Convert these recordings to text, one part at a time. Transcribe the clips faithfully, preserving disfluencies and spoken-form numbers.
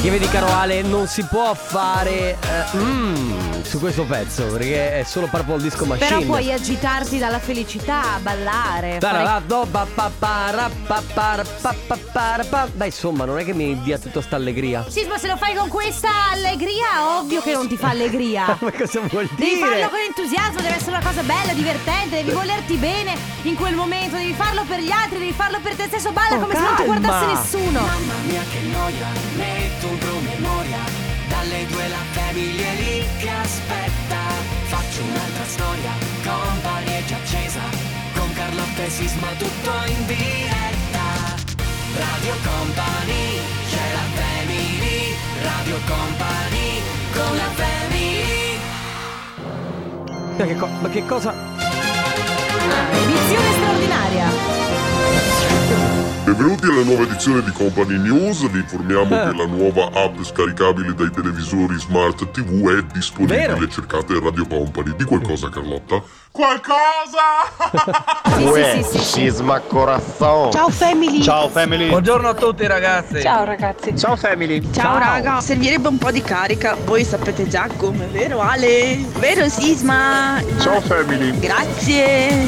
Che vedi, caro Ale, non si può fare eh, mm, su questo pezzo, perché è solo Purple Disco Machine. Però puoi agitarti dalla felicità, ballare. fare... Beh, insomma, non è che mi dia tutta sta allegria. Sì, ma se lo fai con questa allegria, ovvio che non ti fa allegria. Ma cosa vuol dire? Devi farlo con entusiasmo, deve essere una cosa bella, divertente, devi volerti bene in quel momento, devi farlo per gli altri, devi farlo per te stesso. Balla oh, come calma. se non ti guardasse nessuno. Mamma mia che noia, metto un promemoria, dalle due la famiglia è lì che aspetta. Faccio un'altra storia, Company è già accesa, con Carlotta e Sisma tutto in diretta. Radio Company, c'è la family, Radio Company, con la family. Ma che, co- ma che cosa? Ah, edizione straordinaria. Benvenuti alla nuova edizione di Company News. Vi informiamo che la nuova app scaricabile dai televisori Smart tivù è disponibile. Vero? Cercate Radio Company. Di qualcosa, Carlotta? Qualcosa! Sì, Uè, sì, sì, sì, sì. Sisma corazon. Ciao family. Ciao family. Buongiorno a tutti ragazzi. Ciao ragazzi. Ciao family. Ciao, Ciao. raga. Servirebbe un po' di carica. Voi sapete già come, vero Ale? Vero Sisma? Ciao family. Grazie.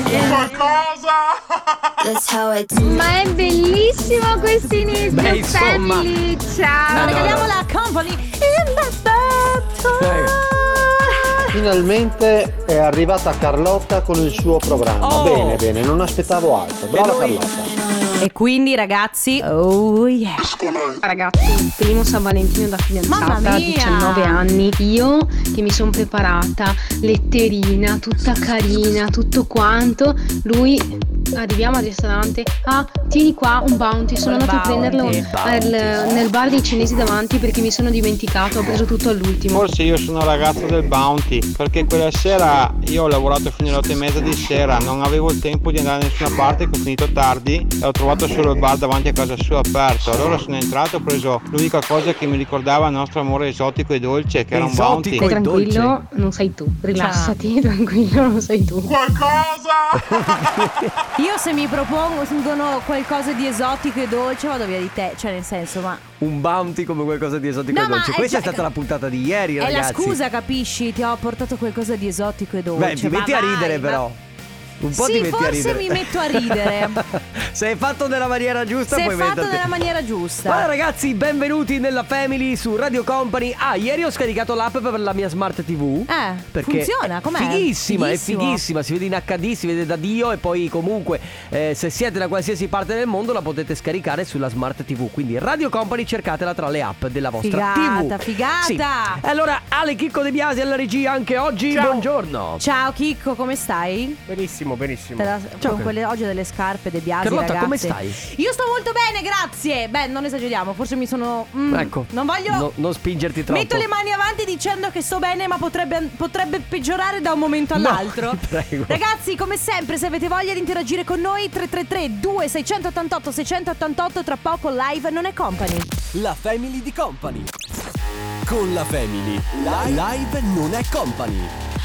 Ma è bellissimo questo inizio. Beh, insomma. Family, ciao. Ma regaliamo la Company in the battle. Finalmente è arrivata Carlotta con il suo programma. Oh. Bene, bene, non aspettavo altro. Brava E noi- Carlotta. E quindi ragazzi, oh yeah. Ragazzi, il primo San Valentino da Mamma fidanzata, mia. diciannove anni. Io che mi sono preparata, letterina, tutta carina, tutto quanto. Lui, arriviamo al ristorante. Ah, tieni qua un bounty. Sono Quel andata a prenderlo Bounty. al- nel bar dei cinesi davanti perché mi sono dimenticato. Ho preso tutto all'ultimo. Forse io sono ragazzo del Bounty, perché quella sera io ho lavorato fino alle otto e mezza di sera, non avevo il tempo di andare da nessuna parte, ho finito tardi e ho trovato solo il bar davanti a casa sua aperto. Allora sono entrato e ho preso l'unica cosa che mi ricordava il nostro amore esotico e dolce, che era un Bounty. Esotico. Stai Poi tranquillo, dolce. non sei tu. Rilassati, tranquillo, non sei tu. Io se mi propongono qualcosa di esotico e dolce vado via di te. Cioè nel senso, ma Un bounty come qualcosa di esotico No, e ma dolce. è Questa è già- stata la puntata di ieri, è ragazzi. la scusa, capisci? Ti ho portato qualcosa di esotico e dolce. Beh, ti ma metti a vai, ridere ma- però. Un po' Sì, ti metti a forse ridere. mi metto a ridere. Se è fatto nella maniera giusta, Se è puoi fatto metterti. nella maniera giusta. Allora ragazzi, benvenuti nella Family su Radio Company. Ah, ieri ho scaricato l'app per la mia Smart tivù. Eh, Perché funziona, è com'è? fighissima, Fighissimo. è fighissima, si vede in acca di, si vede da Dio. E poi comunque eh, se siete da qualsiasi parte del mondo la potete scaricare sulla Smart tivù. Quindi Radio Company, cercatela tra le app della vostra Figata, tivù. figata. Sì. Allora Ale Chicco De Biasi alla regia anche oggi. Buongiorno. Ciao Chicco, come stai? Benissimo, benissimo. Te la- Ciao, con quelle oggi ho delle scarpe De Biasi, Carlotta, ragazze. come stai? Io sto molto bene, grazie. Beh, non esageriamo, forse mi sono mm, Ecco, non voglio no- non spingerti troppo. Metto le mani avanti dicendo che sto bene, ma potrebbe, potrebbe peggiorare da un momento No, all'altro. ti prego. Ragazzi, come sempre, se avete voglia di interagire con noi, tre tre tre due sei otto otto sei otto otto, tra poco live non è Company. La Family di Company. Con la Family. Live non è Company.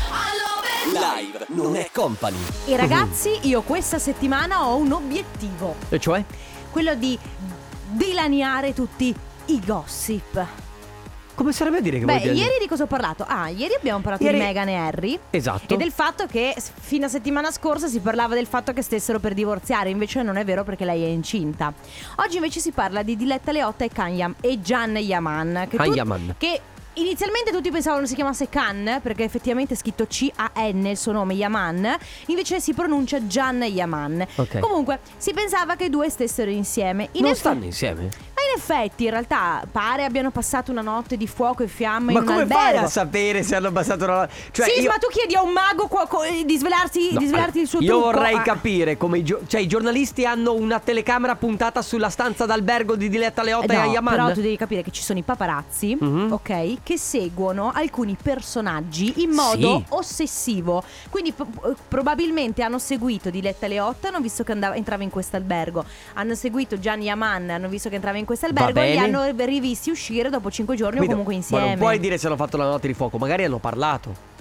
Live non è Company. E ragazzi, io questa settimana ho un obiettivo, E cioè? quello di dilaniare tutti i gossip. Come sarebbe a dire che Beh, vuol dire? ieri di cosa ho parlato? Ah, ieri abbiamo parlato Ieri- di Meghan e Harry. Esatto. E del fatto che s- fino a settimana scorsa si parlava del fatto che stessero per divorziare. Invece non è vero, perché lei è incinta. Oggi invece si parla di Diletta Leotta e Can Yam- e Can Yaman, che, Can tut- Yaman. che inizialmente tutti pensavano si chiamasse Can, perché effettivamente è scritto C A N il suo nome, Yaman. Invece si pronuncia Can Yaman. Ok. Comunque si pensava che i due stessero insieme. In Non eff- stanno insieme? Ma in effetti in realtà pare abbiano passato una notte di fuoco e fiamme Ma in un come albergo. fai a sapere se hanno passato una... Cioè sì, io... ma tu chiedi a un mago qua- co- di svelarsi, No, di svelarti allora, il suo io trucco. vorrei Ah. capire come i, gio- cioè, i giornalisti hanno una telecamera puntata sulla stanza d'albergo di Diletta Leotta Eh e no, Yaman. però tu devi capire che ci sono i paparazzi, Mhm. ok, che seguono alcuni personaggi in modo Sì. ossessivo. Quindi p- p- probabilmente hanno seguito Diletta Leotta, hanno visto che andava, entrava in questo albergo. Hanno seguito Can Yaman, hanno visto che entrava in questo Va albergo e li bene. hanno rivisti uscire dopo cinque giorni Quindi- o comunque Ma insieme. non puoi dire se hanno fatto la notte di fuoco, magari hanno parlato.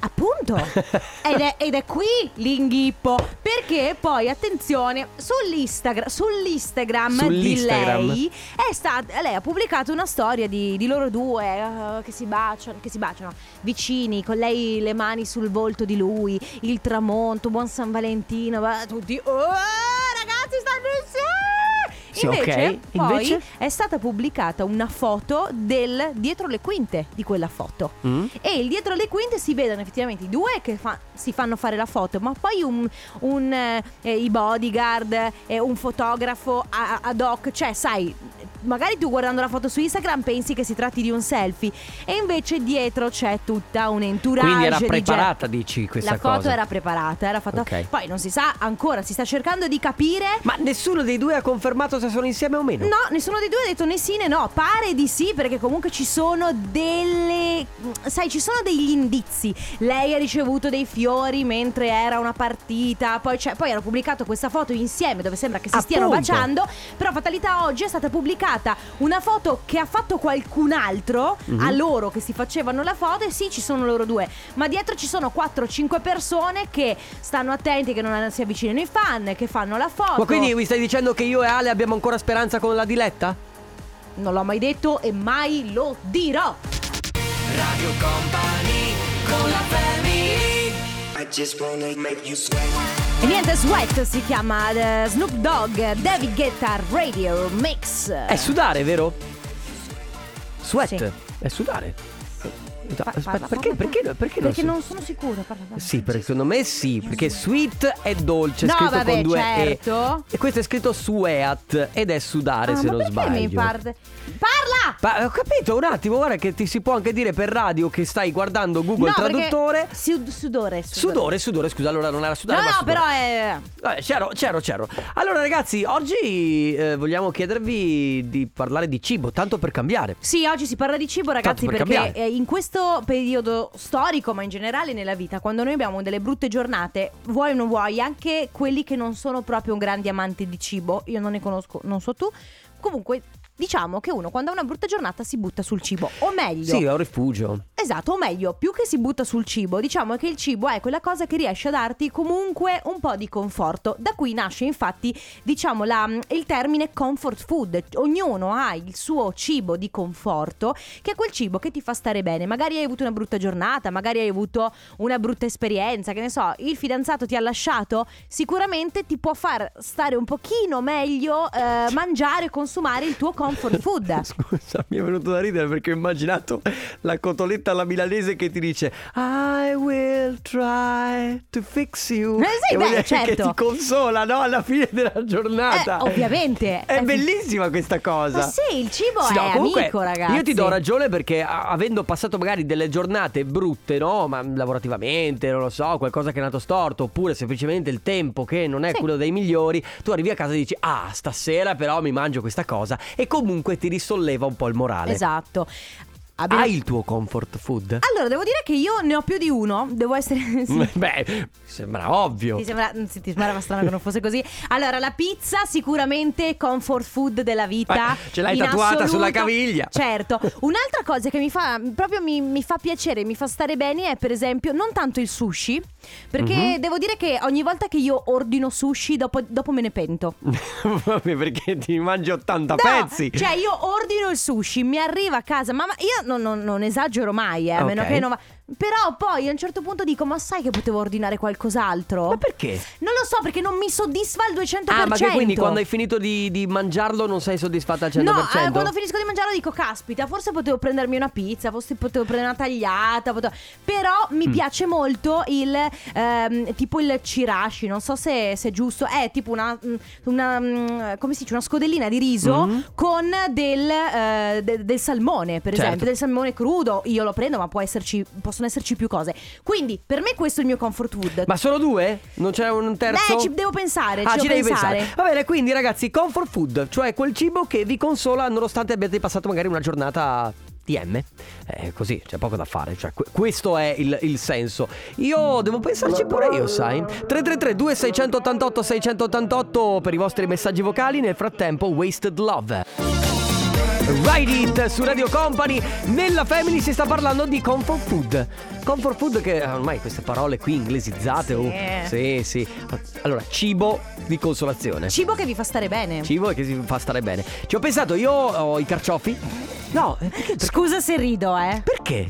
Appunto. ed, è, ed è qui l'inghippo. Perché poi, attenzione, sull'Instagram, sull'Instagram, Sull'Instagram. di lei è stata, lei ha pubblicato una storia di, di loro due uh, che si baciano, che si baciano vicini, con lei le mani sul volto di lui, il tramonto, buon San Valentino, va, tutti oh, ragazzi stanno insieme. Sì, Invece, ok. poi Invece? è stata pubblicata una foto del dietro le quinte di quella foto. Mm. E il dietro le quinte si vedono effettivamente i due che fa- si fanno fare la foto, ma poi un, un eh, i bodyguard, eh, un fotografo a- ad hoc. Cioè, sai, magari tu guardando la foto su Instagram pensi che si tratti di un selfie, e invece dietro c'è tutta un entourage. Quindi era di preparata, gente. dici, questa La foto cosa. era preparata, era fatta. Ok. Poi non si sa ancora, si sta cercando di capire. Ma nessuno dei due ha confermato se sono insieme o meno? No, nessuno dei due ha detto né sì né no. Pare di sì, perché comunque ci sono delle, sai, ci sono degli indizi. Lei ha ricevuto dei fiori mentre era una partita. Poi, c'è, poi hanno pubblicato questa foto insieme dove sembra che si stiano Appunto. baciando. Però fatalità, oggi è stata pubblicata una foto che ha fatto qualcun altro, Mhm. a loro che si facevano la foto. E sì, ci sono loro due, ma dietro ci sono quattro cinque persone che stanno attenti, che non si avvicinano i fan, che fanno la foto. Ma quindi mi stai dicendo che io e Ale abbiamo ancora speranza con la Diletta? Non l'ho mai detto e mai lo dirò. Radio Company con la family. I just wanna make you sweat. E niente, Sweat si chiama eh, Snoop Dogg, David Guetta Radio Mix. È sudare, vero? Sweat. Sì. È sudare. Pa- Aspetta, parla, perché, parla, perché, parla. perché, Perché non non sono sicura, parla, parla. si... Sì, perché secondo me sì. Perché sweet è dolce, No, scritto vabbè, con due certo. E. E questo è scritto sweat ed è sudare, Ah, se ma non perché sbaglio. mi parla? Parla! Ma ho capito un attimo, guarda che ti si può anche dire per radio che stai guardando Google No, perché- Traduttore. Sud- sudore, sudore. Sudore, sudore, scusa, allora non era sudare No, ma no, sudore. però è... Vabbè, c'ero, c'ero, c'ero. Allora ragazzi, oggi eh, vogliamo chiedervi di parlare di cibo, tanto per cambiare. Sì, oggi si parla di cibo, ragazzi, Tanto per perché cambiare. eh, in questo periodo storico, ma in generale nella vita, quando noi abbiamo delle brutte giornate, vuoi o non vuoi, anche quelli che non sono proprio grandi amanti di cibo, io non ne conosco, non so tu, comunque diciamo che uno quando ha una brutta giornata si butta sul cibo, o meglio... Sì, è un rifugio. Esatto, o meglio, più che si butta sul cibo, diciamo che il cibo è quella cosa che riesce a darti comunque un po' di conforto. Da qui nasce infatti, diciamo, la, il termine comfort food. Ognuno ha il suo cibo di conforto, che è quel cibo che ti fa stare bene. Magari hai avuto una brutta giornata, magari hai avuto una brutta esperienza, che ne so, il fidanzato ti ha lasciato, sicuramente ti può far stare un pochino meglio eh, mangiare e consumare il tuo comfort food. Scusa, mi è venuto da ridere perché ho immaginato la cotoletta alla milanese che ti dice I will try to fix you. Eh sì, Che vuol beh, dire certo. Che ti consola, no? Alla fine della giornata. Eh, ovviamente. È Eh, bellissima questa cosa. Ma sì, il cibo Sì, no, è comunque, amico, ragazzi. Io ti do ragione perché a- avendo passato magari delle giornate brutte, no? Ma lavorativamente, non lo so, qualcosa che è nato storto, oppure semplicemente il tempo che non è Sì. quello dei migliori, tu arrivi a casa e dici ah, stasera però mi mangio questa cosa e comunque ti risolleva un po' il morale. Esatto. Abbiamo- Hai il tuo comfort food? Allora, devo dire che io ne ho più di uno. Devo essere. Sì. Beh, sembra ovvio. Ti, sembra, sì, ti sembrava strano che non fosse così. Allora, la pizza sicuramente comfort food della vita. Eh, ce l'hai in tatuata assoluto. sulla caviglia. Certo. Un'altra cosa che mi fa proprio mi, mi fa piacere, mi fa stare bene è per esempio non tanto il sushi, perché Mhm. devo dire che ogni volta che io ordino sushi dopo, dopo me ne pento. Vabbè, perché ti mangi ottanta No, pezzi. cioè io ordino il sushi, mi arriva a casa, ma ma io non, non- non esagero mai, eh, a meno Ok. che non va. Però poi a un certo punto dico, ma sai che potevo ordinare qualcos'altro? Ma perché? Non lo so, perché non mi soddisfa al duecento per Ah, cento. ma che quindi quando hai finito di, di mangiarlo non sei soddisfatta al cento No, per cento? eh, quando finisco di mangiarlo dico, caspita, forse potevo prendermi una pizza, forse potevo prendere una tagliata, potevo... Però mi Mm. piace molto il, ehm, tipo il chirashi, non so se, se è giusto, è tipo una, una, come si dice, una scodellina di riso Mm. con del, eh, de- del salmone, per Certo. esempio, del salmone crudo, io lo prendo, ma può esserci, possono esserci più cose. Quindi per me questo è il mio comfort food. Ma solo due? Non c'è un terzo? Beh, ci devo pensare, Ah, ci ci devo devi pensare. pensare. Va bene, quindi ragazzi, comfort food, cioè quel cibo che vi consola nonostante abbiate passato magari una giornata T M. Eh, così, c'è poco da fare, cioè que- questo è il, il senso. Io devo pensarci pure io, sai. tre tre tre due sei otto otto sei otto otto per i vostri messaggi vocali. Nel frattempo Wasted Love. Ride It su Radio Company. Nella Family si sta parlando di comfort food. Comfort food che ormai queste parole qui inglesizzate. Sì. Oh, sì, sì. Allora, cibo di consolazione. Cibo che vi fa stare bene. Cibo che si fa stare bene. Ci ho pensato, io ho i carciofi. No, perché? Scusa se rido, eh. Perché?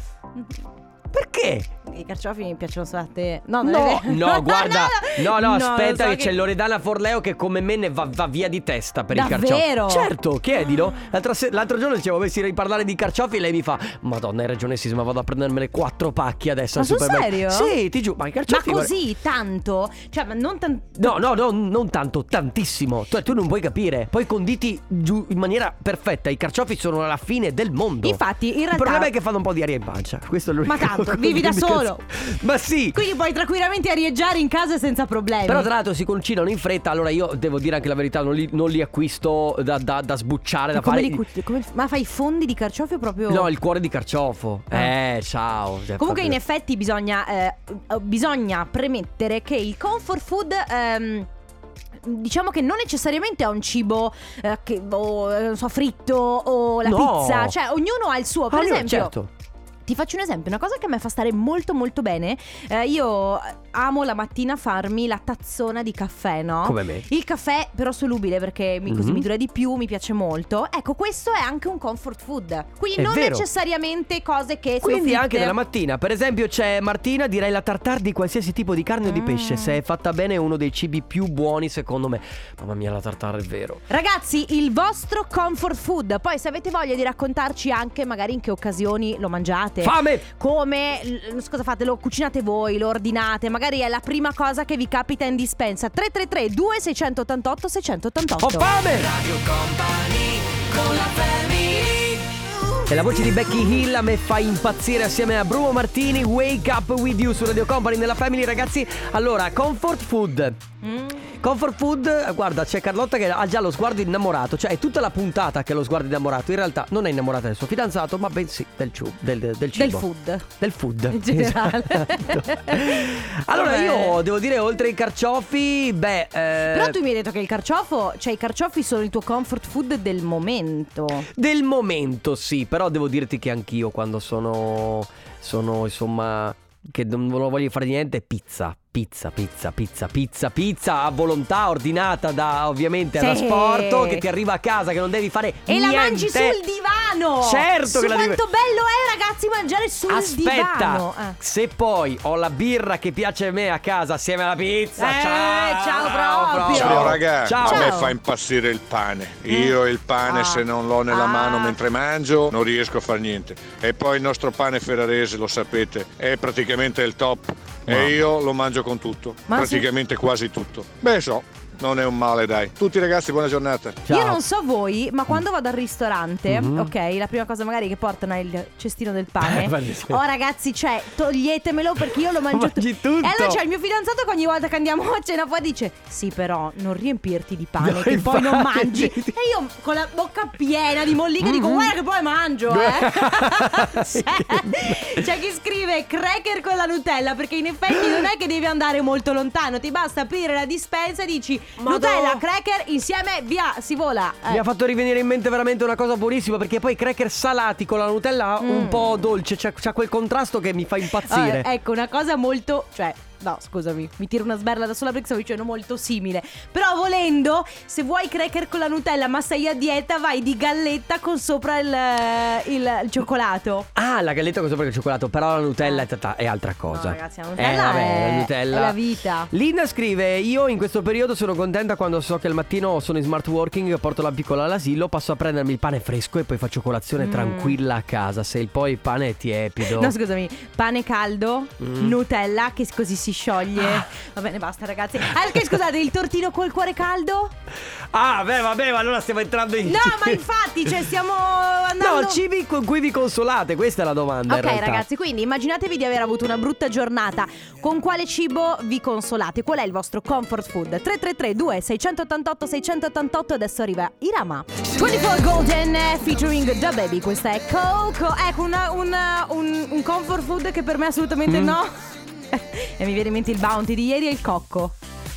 Perché? I carciofi mi piacciono solo a te. No, non No, è vero. no, guarda. No, no, No, aspetta, lo so che che- c'è Loredana Forleo che come me ne va, va via di testa per Davvero? i carciofi. Certo, chiedilo. L'altro, se- l'altro giorno dicevo, avessi riparlare di carciofi e lei mi fa: Madonna, hai ragione, Sisma, vado a prendermene quattro pacchi adesso Ma al sul supermercato. serio? Sì, ti giuro, ma i Ma carciofi così, tanto? Cioè, ma non tanto. No, no, no, non tanto, tantissimo. Tu, tu non puoi capire. Poi conditi giù in maniera perfetta. I carciofi sono alla fine del mondo. Infatti, in realtà. Il problema è che fanno un po' di aria in pancia. Questo è l'unico. Ma tanto, cosa vivi che da mi solo. cazzo- Ma sì. Quindi puoi tranquillamente arieggiare in casa senza problemi. Però tra l'altro si cucinano in fretta. Allora io devo dire anche la verità, non li, non li acquisto da, da, da sbucciare, da come fare. li cu- come- Ma fai fondi di carciofi o proprio? No, il cuore di carciofo. Ah. Eh, ciao. Cioè, Comunque in proprio- effetti bisogna eh, eh, bisogna premettere che il comfort food ehm, diciamo che non necessariamente è un cibo eh, che, o, eh, non so, fritto o la No. pizza. Cioè ognuno ha il suo. Per Ah, io- esempio certo. ti faccio un esempio, una cosa che a me fa stare molto molto bene. eh, Io amo la mattina farmi la tazzona di caffè, no? Come me. Il caffè però solubile perché mi, così Mhm. mi dura di più, mi piace molto. Ecco, questo è anche un comfort food. Quindi È non vero. necessariamente cose che sono Quindi fritte. anche nella mattina. Per esempio c'è Martina, direi la tartare di qualsiasi tipo di carne o di pesce. Se è fatta bene è uno dei cibi più buoni secondo me. Mamma mia, la tartare è vero. Ragazzi, il vostro comfort food. Poi se avete voglia di raccontarci anche magari in che occasioni lo mangiate, Fame! come, l- cosa fate? Lo cucinate voi, lo ordinate, magari è la prima cosa che vi capita in dispensa. Tre tre tre due sei otto otto sei otto otto. Ho fame! Radio Company con la family. E la voce di Becky Hill a me fa impazzire assieme a Bruno Martini. Wake Up With You su Radio Company nella Family, ragazzi. Allora, comfort food. Mm. Comfort food, guarda, c'è Carlotta che ha già lo sguardo innamorato. Cioè è tutta la puntata che è lo sguardo innamorato. In realtà non è innamorata del suo fidanzato, ma bensì del, ciu- del, del Del cibo. food. Del food In generale. Esatto. Allora Vabbè. io devo dire, oltre ai carciofi, beh eh, Però tu mi hai detto che il carciofo, cioè i carciofi sono il tuo comfort food del momento. del momento sì. Però devo dirti che anch'io quando sono Sono insomma che non lo voglio fare niente, pizza. Pizza, pizza, pizza, pizza, pizza a volontà, ordinata da ovviamente Sì. ad asporto, che ti arriva a casa, che non devi fare E niente. la mangi sul divano. Certo Su che la devi- quanto bello è, ragazzi, mangiare sul Aspetta, divano. Eh. se poi ho la birra che piace a me a casa assieme alla pizza, Eh, ciao, ciao proprio. Ciao ragazzi, Ciao. a me Ciao. fa impazzire il pane. Io il pane Ah. se non l'ho nella Ah. mano mentre mangio non riesco a fare niente. E poi il nostro pane ferrarese, lo sapete, è praticamente il top. Wow. E io lo mangio con tutto, Ma praticamente quasi tutto. Beh so, non è un male dai. Tutti ragazzi, buona giornata. Ciao. Io non so voi, ma quando vado al ristorante, Mhm. ok, la prima cosa magari che portano è il cestino del pane. Eh, guarda, sì. Oh ragazzi, cioè, toglietemelo perché io lo mangio tu- Mangi tutto. E allora c'è il mio fidanzato che ogni volta che andiamo a cena poi dice: sì, però non riempirti di pane, No, che poi non infatti. mangi. E io con la bocca piena di molliche dico: Mhm. guarda che poi mangio, eh. Sì. C'è, c'è chi scrive cracker con la Nutella, perché in effetti non è che devi andare molto lontano, ti basta aprire la dispensa e dici Madò. Nutella, cracker, insieme, via, si vola. Eh. Mi ha fatto rivenire in mente veramente una cosa buonissima, perché poi i cracker salati con la Nutella Mm. un po' dolce, c'è, c'è quel contrasto che mi fa impazzire. Eh, ecco, una cosa molto, cioè, no, scusami, mi tiro una sberla da sola perché stavo dicendo molto simile. Però volendo, se vuoi cracker con la Nutella ma sei a dieta, vai di galletta con sopra il, il, il cioccolato. Ah, la galletta con sopra il cioccolato, però la Nutella è, tata- è altra cosa. No, ragazzi, la Nutella, eh, vabbè, è, la Nutella è la vita. Linda scrive: io in questo periodo sono contenta quando so che al mattino sono in smart working, porto la piccola all'asilo, passo a prendermi il pane fresco e poi faccio colazione Mm. tranquilla a casa. Se il poi il pane è tiepido. No, scusami, pane caldo, Mm. Nutella che così si scioglie. Va bene, basta ragazzi. Ah, ok, scusate, il tortino col cuore caldo? Ah, beh, vabbè, ma allora stiamo entrando in No, ma infatti, cioè stiamo andando. No, cibi con cui vi consolate, questa è la domanda. in Ok realtà. ragazzi, quindi immaginatevi di aver avuto una brutta giornata. Con quale cibo vi consolate? Qual è il vostro comfort food? tre tre tre due sei otto otto sei otto otto. Adesso arriva Irama ventiquattro Golden eh, featuring The Baby. Questa è Coco. Ecco una, una, un, un comfort food che per me assolutamente Mm. no. E mi viene in mente il Bounty di ieri e il cocco.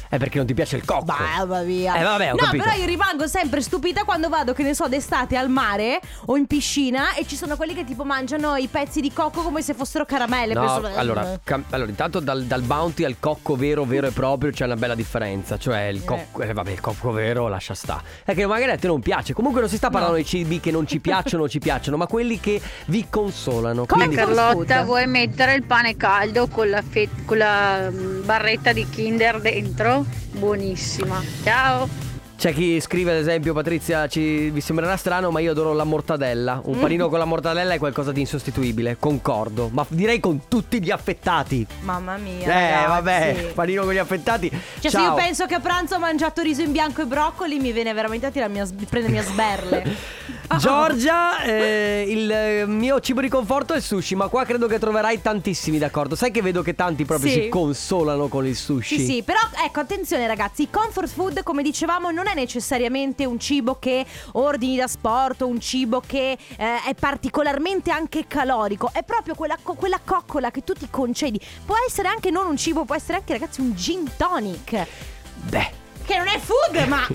È perché non ti piace il cocco. Mamma mia. Eh vabbè, ho no, capito. però io rimango sempre stupita quando vado, che ne so, d'estate al mare o in piscina e ci sono quelli che tipo mangiano i pezzi di cocco come se fossero caramelle. No, Penso- allora, cam- allora, intanto dal, dal Bounty al cocco vero, vero e proprio c'è una bella differenza. Cioè il cocco, eh, vabbè, il cocco vero lascia sta. È che magari a te non piace. Comunque non si sta parlando No. dei cibi che non ci piacciono o ci piacciono, ma quelli che vi consolano. Come Quindi- Carlotta, vuoi mettere il pane caldo con la, fe- con la mm, barretta di Kinder dentro? Buonissima. Ciao. C'è chi scrive, ad esempio, Patrizia, ci, vi sembrerà strano, ma io adoro la mortadella. Un Mm. panino con la mortadella è qualcosa di insostituibile, concordo. Ma direi con tutti gli affettati. Mamma mia. Eh, ragazzi. vabbè, panino con gli affettati. Cioè, Ciao. se io penso che a pranzo ho mangiato riso in bianco e broccoli, mi viene veramente a tirarmi a, prendermi a sberle. Giorgia, eh, il eh, mio cibo di conforto è il sushi, ma qua credo che troverai tantissimi d'accordo. Sai che vedo che tanti proprio Sì. si consolano con il sushi. Sì, sì, però ecco, attenzione ragazzi, il comfort food, come dicevamo, non è necessariamente un cibo che ordini da sport, un cibo che eh, è particolarmente anche calorico, è proprio quella, co- quella coccola che tu ti concedi. Può essere anche non un cibo, può essere anche, ragazzi, un gin tonic. Beh, Che non è food, ma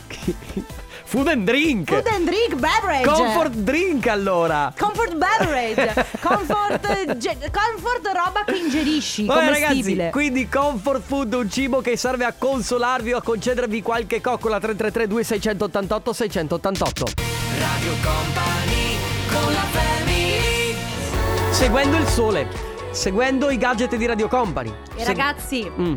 food and drink. food and drink beverage. Comfort drink allora. Comfort beverage. Comfort, ge- comfort roba che ingerisci, Vabbè commestibile. ragazzi, quindi comfort food, un cibo che serve a consolarvi o a concedervi qualche coccola. Tre tre tre due sei otto otto sei otto otto. Radio Company con la family. Seguendo il sole, seguendo i gadget di Radio Company. E Se- ragazzi, Mm.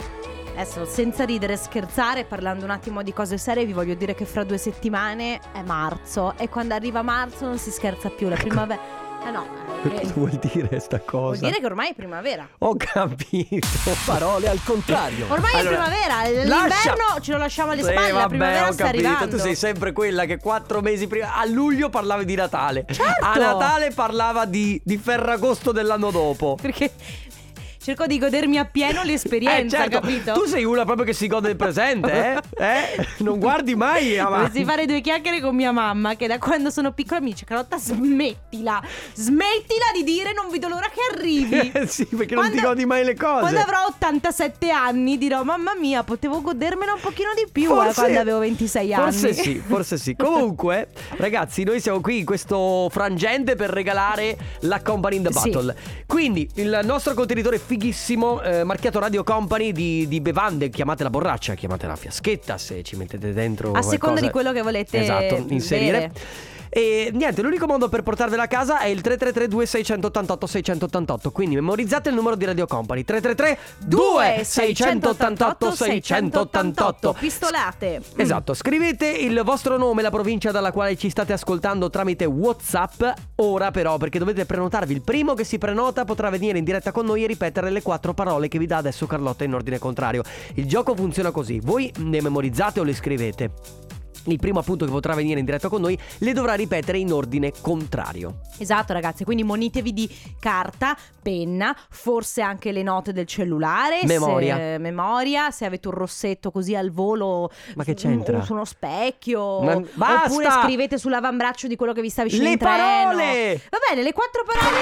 adesso senza ridere e scherzare, parlando un attimo di cose serie, vi voglio dire che fra due settimane è marzo e quando arriva marzo non si scherza più, la primavera. Eh no, eh, Cosa vuol dire sta cosa? vuol dire che ormai è primavera. Ho capito. Parole al contrario. Ormai Allora, è primavera, l'inverno lascia- ce lo lasciamo alle Sì, spalle, la vabbè, primavera ho sta capito. arrivando. Tu sei sempre quella che quattro mesi prima, a luglio parlavi di Natale. Certo. A Natale parlava di, di Ferragosto dell'anno dopo. Perché cerco di godermi appieno l'esperienza, Eh, certo. capito? Tu sei una proprio che si gode del presente, eh? eh? Non guardi mai avanti. Dovessi fare due chiacchiere con mia mamma, che da quando sono piccola mi dice: Carlotta, smettila, smettila di dire non vedo l'ora che arrivi. Eh, sì, perché non Quando- ti godi mai le cose. Quando avrò ottantasette anni dirò: mamma mia, potevo godermela un pochino di più, Forse- eh, quando avevo ventisei anni. Forse sì, forse sì. Comunque, ragazzi, noi siamo qui in questo frangente per regalare la Company in the Sì. Battle. Quindi, il nostro contenitore fighissimo, eh, marchiato Radio Company di, di bevande, chiamatela borraccia, chiamatela fiaschetta, se ci mettete dentro A seconda qualcosa- di quello che volete Esatto, inserire. bere. E niente, l'unico modo per portarvela a casa è il tre tre tre due sei otto otto sei otto otto. Quindi memorizzate il numero di Radio Company: tre tre tre due sei otto otto sei otto otto. Pistolate. Esatto, scrivete il vostro nome, la provincia dalla quale ci state ascoltando tramite WhatsApp. Ora però, perché dovete prenotarvi. Il primo che si prenota potrà venire in diretta con noi e ripetere le quattro parole che vi dà adesso Carlotta in ordine contrario. Il gioco funziona così: voi ne memorizzate o le scrivete. Il primo appunto che potrà venire in diretta con noi le dovrà ripetere in ordine contrario. Esatto ragazzi, quindi munitevi di carta, penna, forse anche le note del cellulare, Memoria. se, memoria, se avete un rossetto così al volo. Ma che su- c'entra? Su uno specchio. Ma- basta! Oppure scrivete sull'avambraccio di quello che vi sta vicino Le in treno. parole! Va bene, le quattro parole.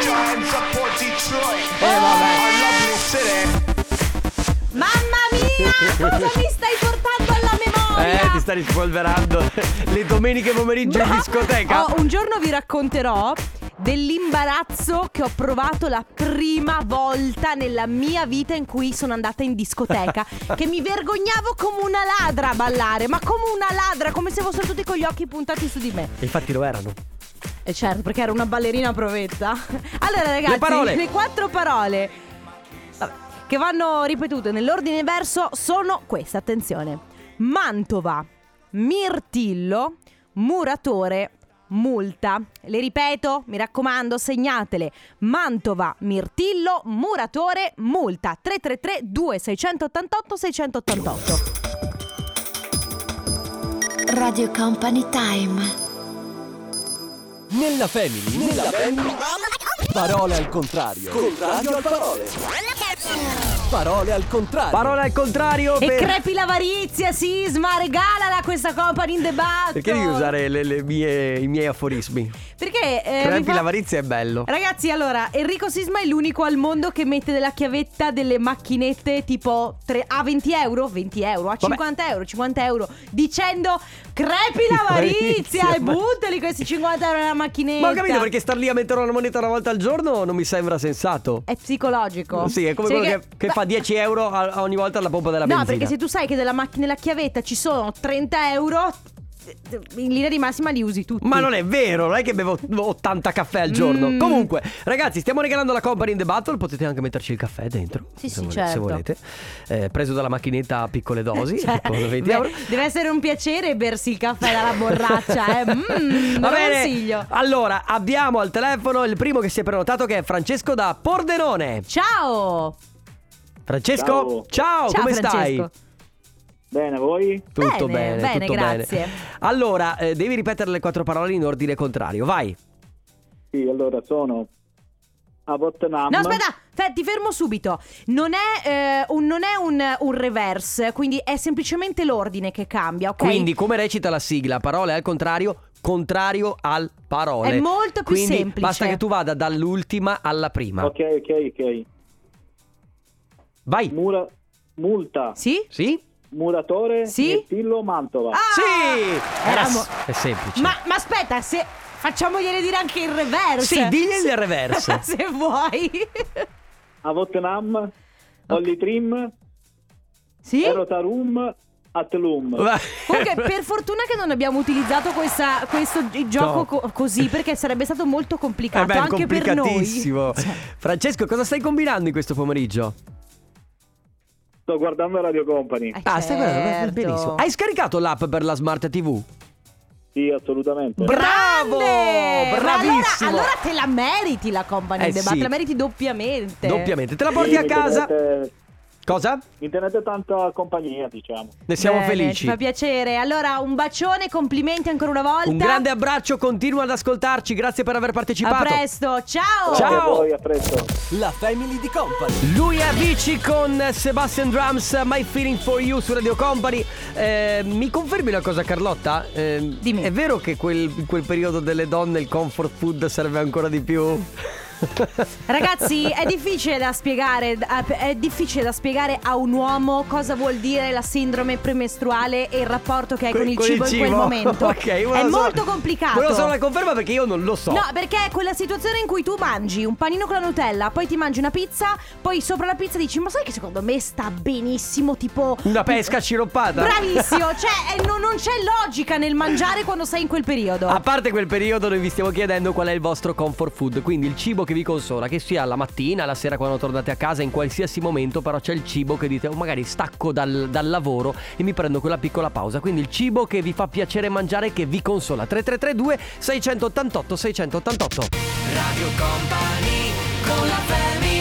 Eh vabbè. Mamma mia, cosa mi stai portando alla memoria? Eh, ti sta rispolverando le domeniche pomeriggio in No. discoteca. Oh, un giorno vi racconterò dell'imbarazzo che ho provato la prima volta nella mia vita in cui sono andata in discoteca. Che mi vergognavo come una ladra a ballare, ma come una ladra, come se fossero tutti con gli occhi puntati su di me. E infatti lo erano. E certo, perché ero una ballerina provetta. Allora ragazzi, Le parole. le quattro parole vabbè, che vanno ripetute nell'ordine inverso sono queste, attenzione: Mantova, mirtillo, muratore, multa. Le ripeto, mi raccomando, segnatele: Mantova, mirtillo, muratore, multa. Tre tre tre due sei otto otto sei otto otto. Radio Company Time. Nella family, nella family. Parole al contrario. Contrario al parole. Parole al contrario. Parole al contrario. E per... crepi l'avarizia, Sisma, regalala questa Company in the Battle. Perché devi usare le, le mie, i miei aforismi? Perché eh, Crepi mi fa... l'avarizia è bello. Ragazzi, allora, Enrico Sisma è l'unico al mondo che mette della chiavetta delle macchinette tipo tre, a venti euro, venti euro, a cinquanta euro, cinquanta euro, dicendo crepi l'avarizia e buttali questi cinquanta euro nella macchinetta. Ma ho capito, perché star lì a mettere una moneta una volta al giorno non mi sembra sensato. È psicologico. Sì, è come Cioè quello che, che fa dieci euro a, ogni volta alla pompa della no, benzina. perché se tu sai che della macchina nella chiavetta ci sono trenta euro, in linea di massima li usi tutti. Ma non è vero, non è che bevo ottanta caffè al giorno. Mm. Comunque, ragazzi, stiamo regalando la Company in the Battle. Potete anche metterci il caffè dentro. Sì, se sì, vo- certo. Se volete, eh, preso dalla macchinetta a piccole dosi. Cioè, con venti beh, euro. deve essere un piacere bersi il caffè dalla borraccia, eh. Mm, Va lo bene. consiglio. Allora, abbiamo al telefono il primo che si è prenotato, che è Francesco da Pordenone. Ciao. Francesco, Ciao, ciao, Ciao, come Francesco. stai? Bene, voi? Tutto Bene, bene, bene, tutto grazie. bene. Allora, eh, devi ripetere le quattro parole in ordine contrario, vai. Sì, allora sono a Vietnam. No, aspetta, fe- ti fermo subito. Non è, eh, un, non è un, un reverse, quindi è semplicemente l'ordine che cambia, ok? Quindi, come recita la sigla, parole al contrario, contrario al parole. È molto più Quindi semplice. basta che tu vada dall'ultima alla prima. Ok, ok, ok. Vai. Mura, multa. Sì? Sì? Muratore. Sì? Mirtillo, Mantova. Ah! Sì! Era Eravamo- s- è semplice. Ma, ma aspetta, se facciamogliele dire anche il reverse. Sì, digli il reverse. Se vuoi. A Vietnam. Olli Trim. Sì? Erotarum. Atlum. Comunque, per fortuna che non abbiamo utilizzato questa, questo gi- gioco No. co- così, perché sarebbe stato molto complicato Eh beh, è anche per noi. complicatissimo. Francesco, cosa stai combinando in questo pomeriggio? Sto guardando Radio Company. Eh, Ah, stai guardando, certo. benissimo. Hai scaricato l'app per la Smart tivù? Sì, assolutamente. Bravo! Grande! Bravissimo! Ma allora, allora te la meriti la Company Eh, the Battle, sì. la meriti doppiamente. Doppiamente. Te la Sì, porti a mi casa? tenete- Cosa? Mi tenete tanta compagnia, diciamo. Ne siamo Bene, felici. Ci fa piacere. Allora, un bacione, complimenti ancora una volta. Un grande abbraccio, continua ad ascoltarci. Grazie per aver partecipato. A presto, ciao. Ciao. Anche a voi, a presto. La Family di Company. Lui è Avicii con Sebastian Drums, My Feeling For You su Radio Company. Eh, mi confermi una cosa, Carlotta? Eh, Dimmi. È vero che quel, in quel periodo delle donne il comfort food serve ancora di più? Ragazzi, è difficile da spiegare. È difficile da spiegare a un uomo cosa vuol dire la sindrome premestruale e il rapporto che hai con il cibo in quel momento. Ok, È volevo solo- molto complicato. Volevo solo la conferma perché io non lo so. No, perché è quella situazione in cui tu mangi un panino con la Nutella, poi ti mangi una pizza, poi sopra la pizza dici: ma sai che secondo me sta benissimo, tipo Una pesca sciroppata? bravissimo. Cioè, eh, non, non c'è logica nel mangiare quando sei in quel periodo. A parte quel periodo, noi vi stiamo chiedendo qual è il vostro comfort food, quindi il cibo che vi consola, che sia la mattina, la sera quando tornate a casa, in qualsiasi momento, però c'è il cibo che dite: oh, magari stacco dal, dal lavoro e mi prendo quella piccola pausa. Quindi il cibo che vi fa piacere mangiare, che vi consola. Tre tre tre due sei otto otto sei otto otto. Radio Company con la family.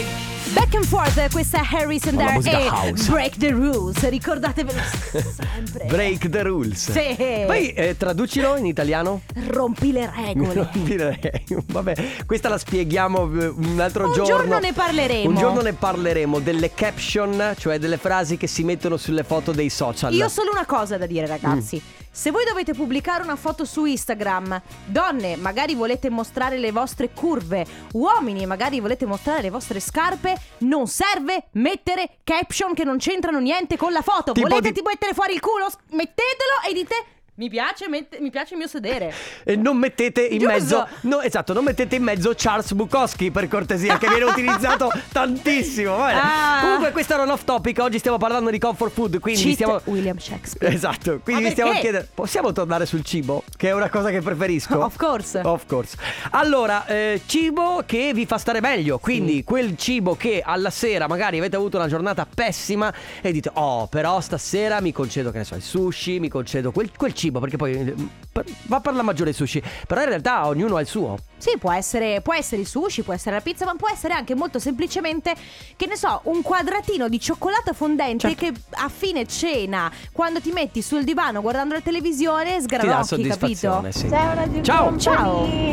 Back and forth, questa è Harrison Con la There musica e house. Break the Rules. Ricordatevelo sempre. Break the rules. Sì. Poi eh, traducilo in italiano. Rompi le regole. Non direi. Vabbè, questa la spieghiamo eh, un altro Un giorno. giorno ne parleremo. Un giorno ne parleremo delle caption, cioè delle frasi che si mettono sulle foto dei social. Io ho solo una cosa da dire, ragazzi. Mm. Se voi dovete pubblicare una foto su Instagram, donne, magari volete mostrare le vostre curve, uomini, magari volete mostrare le vostre scarpe, non serve mettere caption che non c'entrano niente con la foto. Tipo volete di- tipo mettere fuori il culo? S- Mettetelo e dite: mi piace, mette- mi piace il mio sedere. E non mettete in Giusto. mezzo no, esatto, non mettete in mezzo Charles Bukowski, per cortesia, che viene utilizzato tantissimo. Va bene. Ah. Comunque questo era un off topic. Oggi stiamo parlando di comfort food, quindi Cheat stiamo William Shakespeare. Esatto, quindi Ma vi stiamo perché? chiedendo: possiamo tornare sul cibo? Che è una cosa che preferisco. Of course. Of course. Allora, eh, cibo che vi fa stare meglio. Quindi quel cibo che alla sera magari avete avuto una giornata pessima e dite: oh, però stasera mi concedo, che ne so, il sushi, mi concedo quel, quel cibo, perché poi eh, per- va per la maggiore il sushi. Però in realtà ognuno ha il suo. Sì, può essere, può essere il sushi, può essere la pizza, ma può essere anche molto semplicemente, che ne so, un quadratino di cioccolato fondente Certo. che a fine cena, quando ti metti sul divano guardando la televisione, Ti dà sgranocchi, capito? soddisfazione, sì. Ciao Radio Ciao. Company.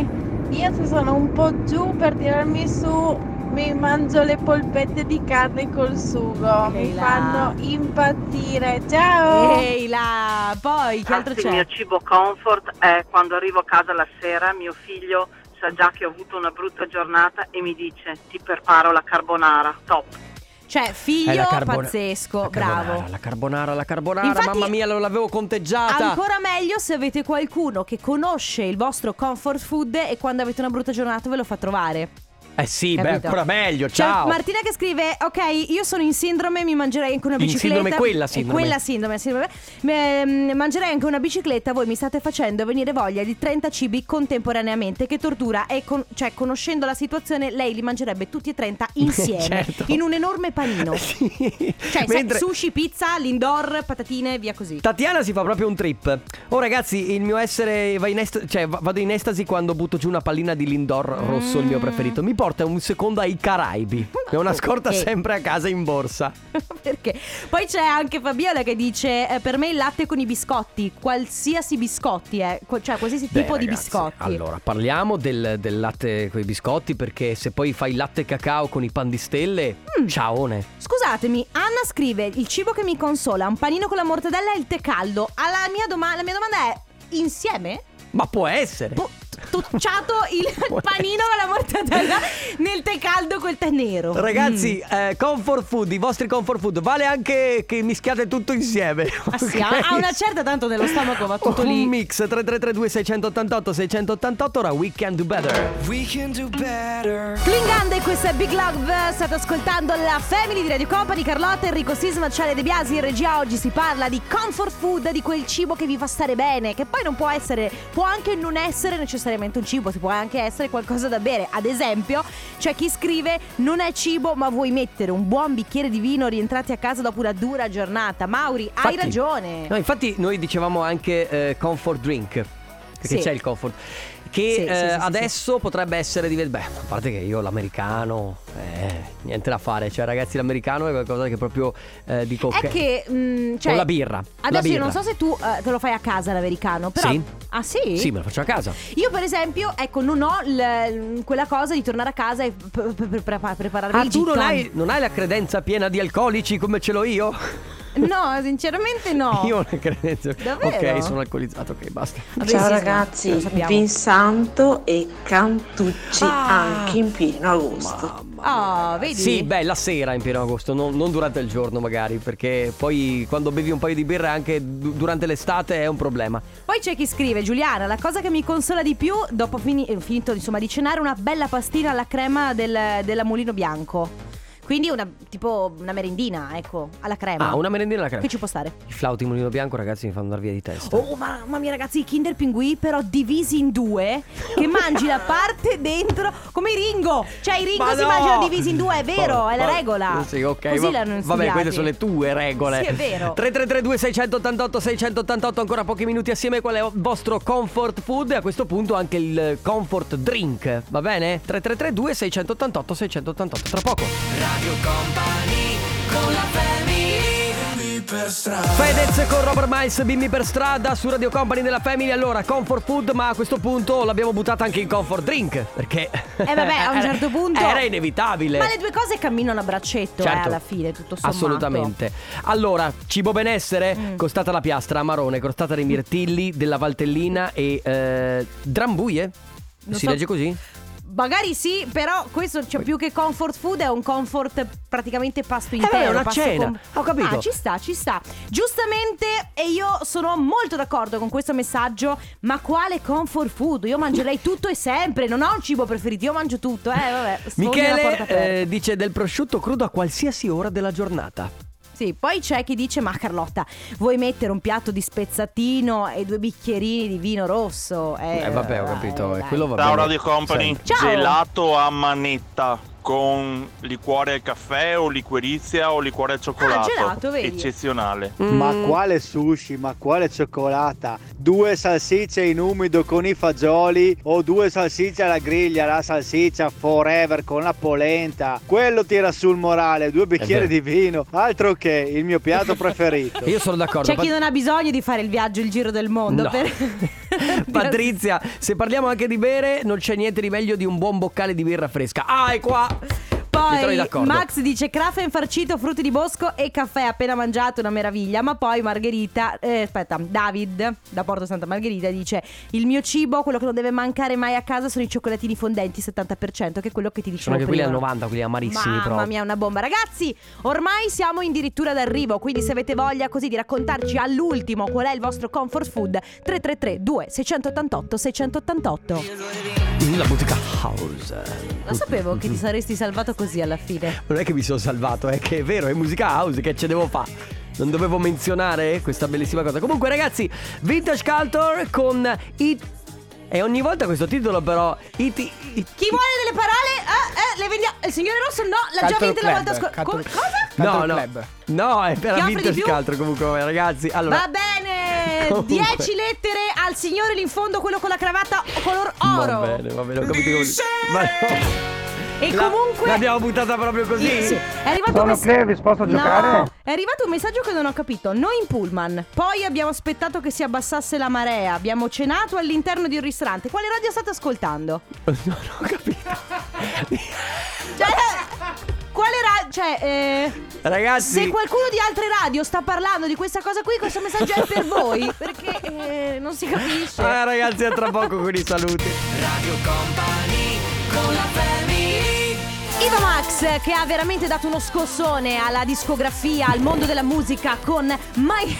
Io se sono un po' giù per tirarmi su mi mangio le polpette di carne col sugo, mi là. fanno impazzire. Ciao! Ehi là, poi che altro Infatti, c'è? il mio cibo comfort è quando arrivo a casa la sera, mio figlio sa già che ho avuto una brutta giornata e mi dice: ti preparo la carbonara, top. Cioè, figlio Eh, la carbona- pazzesco, La carbonara, bravo. La carbonara, la carbonara, Infatti, mamma mia, lo l'avevo conteggiata. Ancora meglio se avete qualcuno che conosce il vostro comfort food e quando avete una brutta giornata ve lo fa trovare. Eh sì, beh, Capito? ancora meglio, C'è ciao. Martina che scrive: ok, io sono in sindrome, mi mangerei anche una In bicicletta. sindrome, quella Eh, sindrome. Quella sindrome, sindrome. Mm, mangerei anche una bicicletta. Voi mi state facendo venire voglia di trenta cibi contemporaneamente. Che tortura. E con- cioè, conoscendo la situazione, lei li mangerebbe tutti e trenta insieme. Certo. In un enorme panino. Sì. Cioè, sai, Mentre- sushi, pizza, l'indoor, patatine, via così. Tatiana si fa proprio un trip. Oh ragazzi, il mio essere va in est- cioè va- vado in estasi quando butto giù una pallina di Lindor rosso, il mio preferito. Mi porta un secondo ai Caraibi. È una scorta Ok. sempre a casa in borsa. Perché? Poi c'è anche Fabiola che dice: eh, per me il latte con i biscotti, qualsiasi biscotti, eh, qu- cioè qualsiasi Beh, tipo di ragazzi, biscotti. Allora, parliamo del, del latte con i biscotti, perché se poi fai il latte cacao con i pan di stelle, Mm. ciaone. Scusatemi, Anna scrive: il cibo che mi consola, un panino con la mortadella e il tè caldo. Alla mia doma- la mia domanda è: insieme? Ma può essere. Po- Tocciato il panino con la mortadella nel tè caldo col tè nero. Ragazzi, Mm. eh, comfort food, i vostri comfort food, vale anche che mischiate tutto insieme. Ah, sì, ok? a a una certa tanto nello stomaco va tutto Un lì. mix tre tre tre due sei otto otto sei otto otto. Ora We Can Do Better. We can do better. Klingand e questa è Big Love. State ascoltando la Family di Radio Company. Carlotta, Enrico Sisma, Ciale De Biasi in regia. Oggi si parla di comfort food, di quel cibo che vi fa stare bene, che poi non può essere, può anche non essere necessariamente un cibo, si può anche essere qualcosa da bere. Ad esempio, c'è chi scrive: non è cibo, ma vuoi mettere un buon bicchiere di vino rientrati a casa dopo una dura giornata. Mauri, hai Infatti- ragione. No, infatti noi dicevamo anche eh, comfort drink. Perché Sì. c'è il comfort. Che Sì, eh, sì, sì, sì, adesso potrebbe essere divent- Beh, a parte che io l'americano, eh, niente da fare. Cioè, ragazzi, l'americano è qualcosa che proprio eh, dico È ok. che mh, cioè, O la birra. Adesso la io birra. non so se tu eh, te lo fai a casa l'americano, però Sì. Ah sì? Sì, me lo faccio a casa. Io per esempio, ecco, non ho il- quella cosa di tornare a casa e p- p- pre- pre- prepararmi Ah, il tu gin non tonic. hai, non hai la credenza piena di alcolici come ce l'ho io? No, sinceramente no. Io ho la credenza. Davvero? Ok, sono alcolizzato, ok, basta. Vabbè, Ciao sì, ragazzi, lo sappiamo. Vinsanto e Cantucci Ah. anche in pieno agosto. Oh, vedi? Sì, beh, la sera in pieno agosto, non, non durante il giorno magari, perché poi quando bevi un paio di birra anche du- durante l'estate è un problema. Poi c'è chi scrive: Giuliana, la cosa che mi consola di più dopo fini- eh, finito insomma di cenare, una bella pastina alla crema del, della Mulino Bianco. Quindi una tipo una merendina, ecco, alla crema. Ah, una merendina alla crema. Che ci può stare? I flauti Mulino Bianco, ragazzi, mi fanno andare via di testa. Oh mamma mia ragazzi, i Kinder Pinguì però divisi in due, che mangi la parte dentro come i Ringo. Cioè i Ringo Ma si no! mangiano divisi in due, è vero, Oh, è la oh, regola. Sì, ok. Così va- l'hanno Vabbè, studiati. quelle sono le tue regole. Sì, è vero. tre tre tre due sei otto otto sei otto otto, ancora pochi minuti assieme. Qual è il vostro comfort food? E a questo punto anche il comfort drink, va bene? tre tre tre due sei otto otto sei otto otto. Tra poco. Radio Company con la Family per strada. Fedez con Robert Miles, Bimbi per strada su Radio Company della Family. Allora, comfort food, ma a questo punto l'abbiamo buttata anche in comfort drink, perché Eh vabbè, a un certo punto era inevitabile. Ma le due cose camminano a braccetto, Certo. eh, alla fine, tutto sommato. Assolutamente. Allora, cibo benessere, Mm. costata la piastra, amarone, crostata dei mirtilli, della Valtellina e eh, drambuie. Non si so- legge così? Magari sì, però questo c'è più che comfort food, è un comfort praticamente pasto vabbè, intero. è una pasto cena. Ho capito. Ah, ci sta, ci sta. Giustamente, e io sono molto d'accordo con questo messaggio, ma quale comfort food? Io mangerei tutto e sempre, non ho un cibo preferito, io mangio tutto, eh, vabbè. sfondi la porta Michele aperta. eh, dice del prosciutto crudo a qualsiasi ora della giornata. Sì, poi c'è chi dice: ma Carlotta, vuoi mettere un piatto di spezzatino e due bicchierini di vino rosso? Eh, Eh vabbè, ho dai, capito, dai. e quello va Ciao bene. Radio Company, Sempre. Ciao. gelato a manetta con liquore al caffè o liquirizia o liquore al cioccolato. Ah, gelato, vedi? Eccezionale. Ma Mm. quale sushi, ma quale cioccolata? Due salsicce in umido con i fagioli o due salsicce alla griglia, la salsiccia forever con la polenta. Quello tira sul morale, due bicchieri vero. di vino, altro che il mio piatto preferito. Io sono d'accordo. C'è chi non ha bisogno di fare il viaggio, il giro del mondo No. per... Patrizia, se parliamo anche di bere, non c'è niente di meglio di un buon boccale di birra fresca. Ah, è qua. Mi trovi Poi d'accordo. Max dice crafe infarcito, frutti di bosco e caffè appena mangiato, una meraviglia. Ma poi Margherita, eh, aspetta, David da Porto Santa Margherita dice il mio cibo, quello che non deve mancare mai a casa sono i cioccolatini fondenti settanta per cento, che è quello che ti dicevo Sono anche quelli al prima. novanta, quelli amarissimi Mamma proprio. mia, una bomba. Ragazzi, ormai siamo addirittura d'arrivo, quindi se avete voglia così di raccontarci all'ultimo qual è il vostro comfort food, tre tre tre due sei otto otto sei otto otto. La musica house. Lo sapevo che ti saresti salvato così alla fine. Non è che mi sono salvato, è che è vero, è musica house, che ce devo fare. Non dovevo menzionare questa bellissima cosa. Comunque ragazzi, Vintage Culture con It. E ogni volta questo titolo però it, it, it. Chi vuole delle parole? Eh, eh, le vendiamo. Il signore Rosso no, l'ha già Culture vinta la volta Club, scorsa. Culture- Cosa? No, Culture no. Club. No, è per Chi la offre di Vintage più? Culture comunque ragazzi. Allora, Va bene, Comunque. dieci lettere al signore lì in fondo, quello con la cravatta color oro. va bene, va bene, ho capito come. Ma no. E La- comunque l'abbiamo buttata proprio così? Sì, è arrivato Sono un mess- Clevis, posso No, giocare? è arrivato un messaggio che non ho capito. Noi in pullman, poi abbiamo aspettato che si abbassasse la marea, abbiamo cenato all'interno di un ristorante. Quale radio state ascoltando? Non ho capito. Cioè, quale radio? Cioè, eh, Ragazzi, se qualcuno di altre radio sta parlando di questa cosa qui, questo messaggio è per voi. Perché eh, non si capisce. ah, ragazzi, a tra poco con i saluti. Radio Company con la family. Iva Max, che ha veramente dato uno scossone alla discografia, al mondo della musica con My...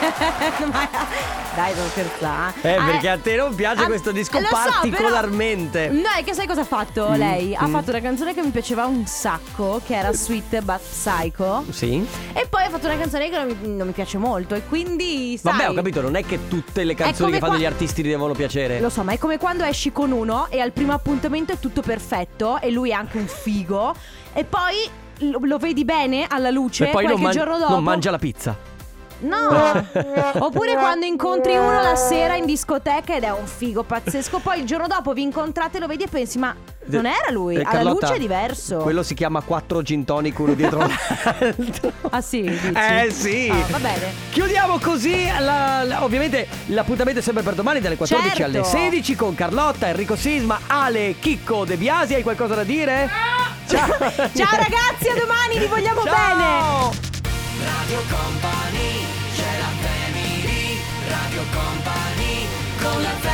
Dai, non scherzare. Eh, perché a te non piace ah, questo disco lo so, particolarmente. però- No, è che sai cosa ha fatto Mm, lei? Ha mm. fatto una canzone che mi piaceva un sacco, che era Sweet But Psycho. Sì. E poi ha fatto una canzone che non mi, non mi piace molto. E quindi, sai... Vabbè, ho capito, non è che tutte le canzoni come che fanno qua- gli artisti ti devono piacere. Lo so, ma è come quando esci con uno e al primo appuntamento è tutto perfetto e lui è anche un figo e poi lo, lo vedi bene alla luce E poi non, qualche man- giorno dopo. non mangia la pizza. No. Oppure quando incontri uno la sera in discoteca ed è un figo pazzesco, poi il giorno dopo vi incontrate e lo vedi e pensi ma non era lui, Eh, alla Carlotta, luce è diverso. Quello si chiama quattro gin tonic uno dietro l'altro. Ah sì, dici? Eh sì. Ah, va bene. Chiudiamo così la- la- ovviamente l'appuntamento è sempre per domani dalle quattordici Certo. alle sedici con Carlotta, Enrico Sisma, Ale, Chicco, De Biasi. Hai qualcosa da dire? Ciao. Ciao ragazzi, a domani, vi vogliamo Ciao. bene. Radio Company, c'è la family. Radio Company con la family.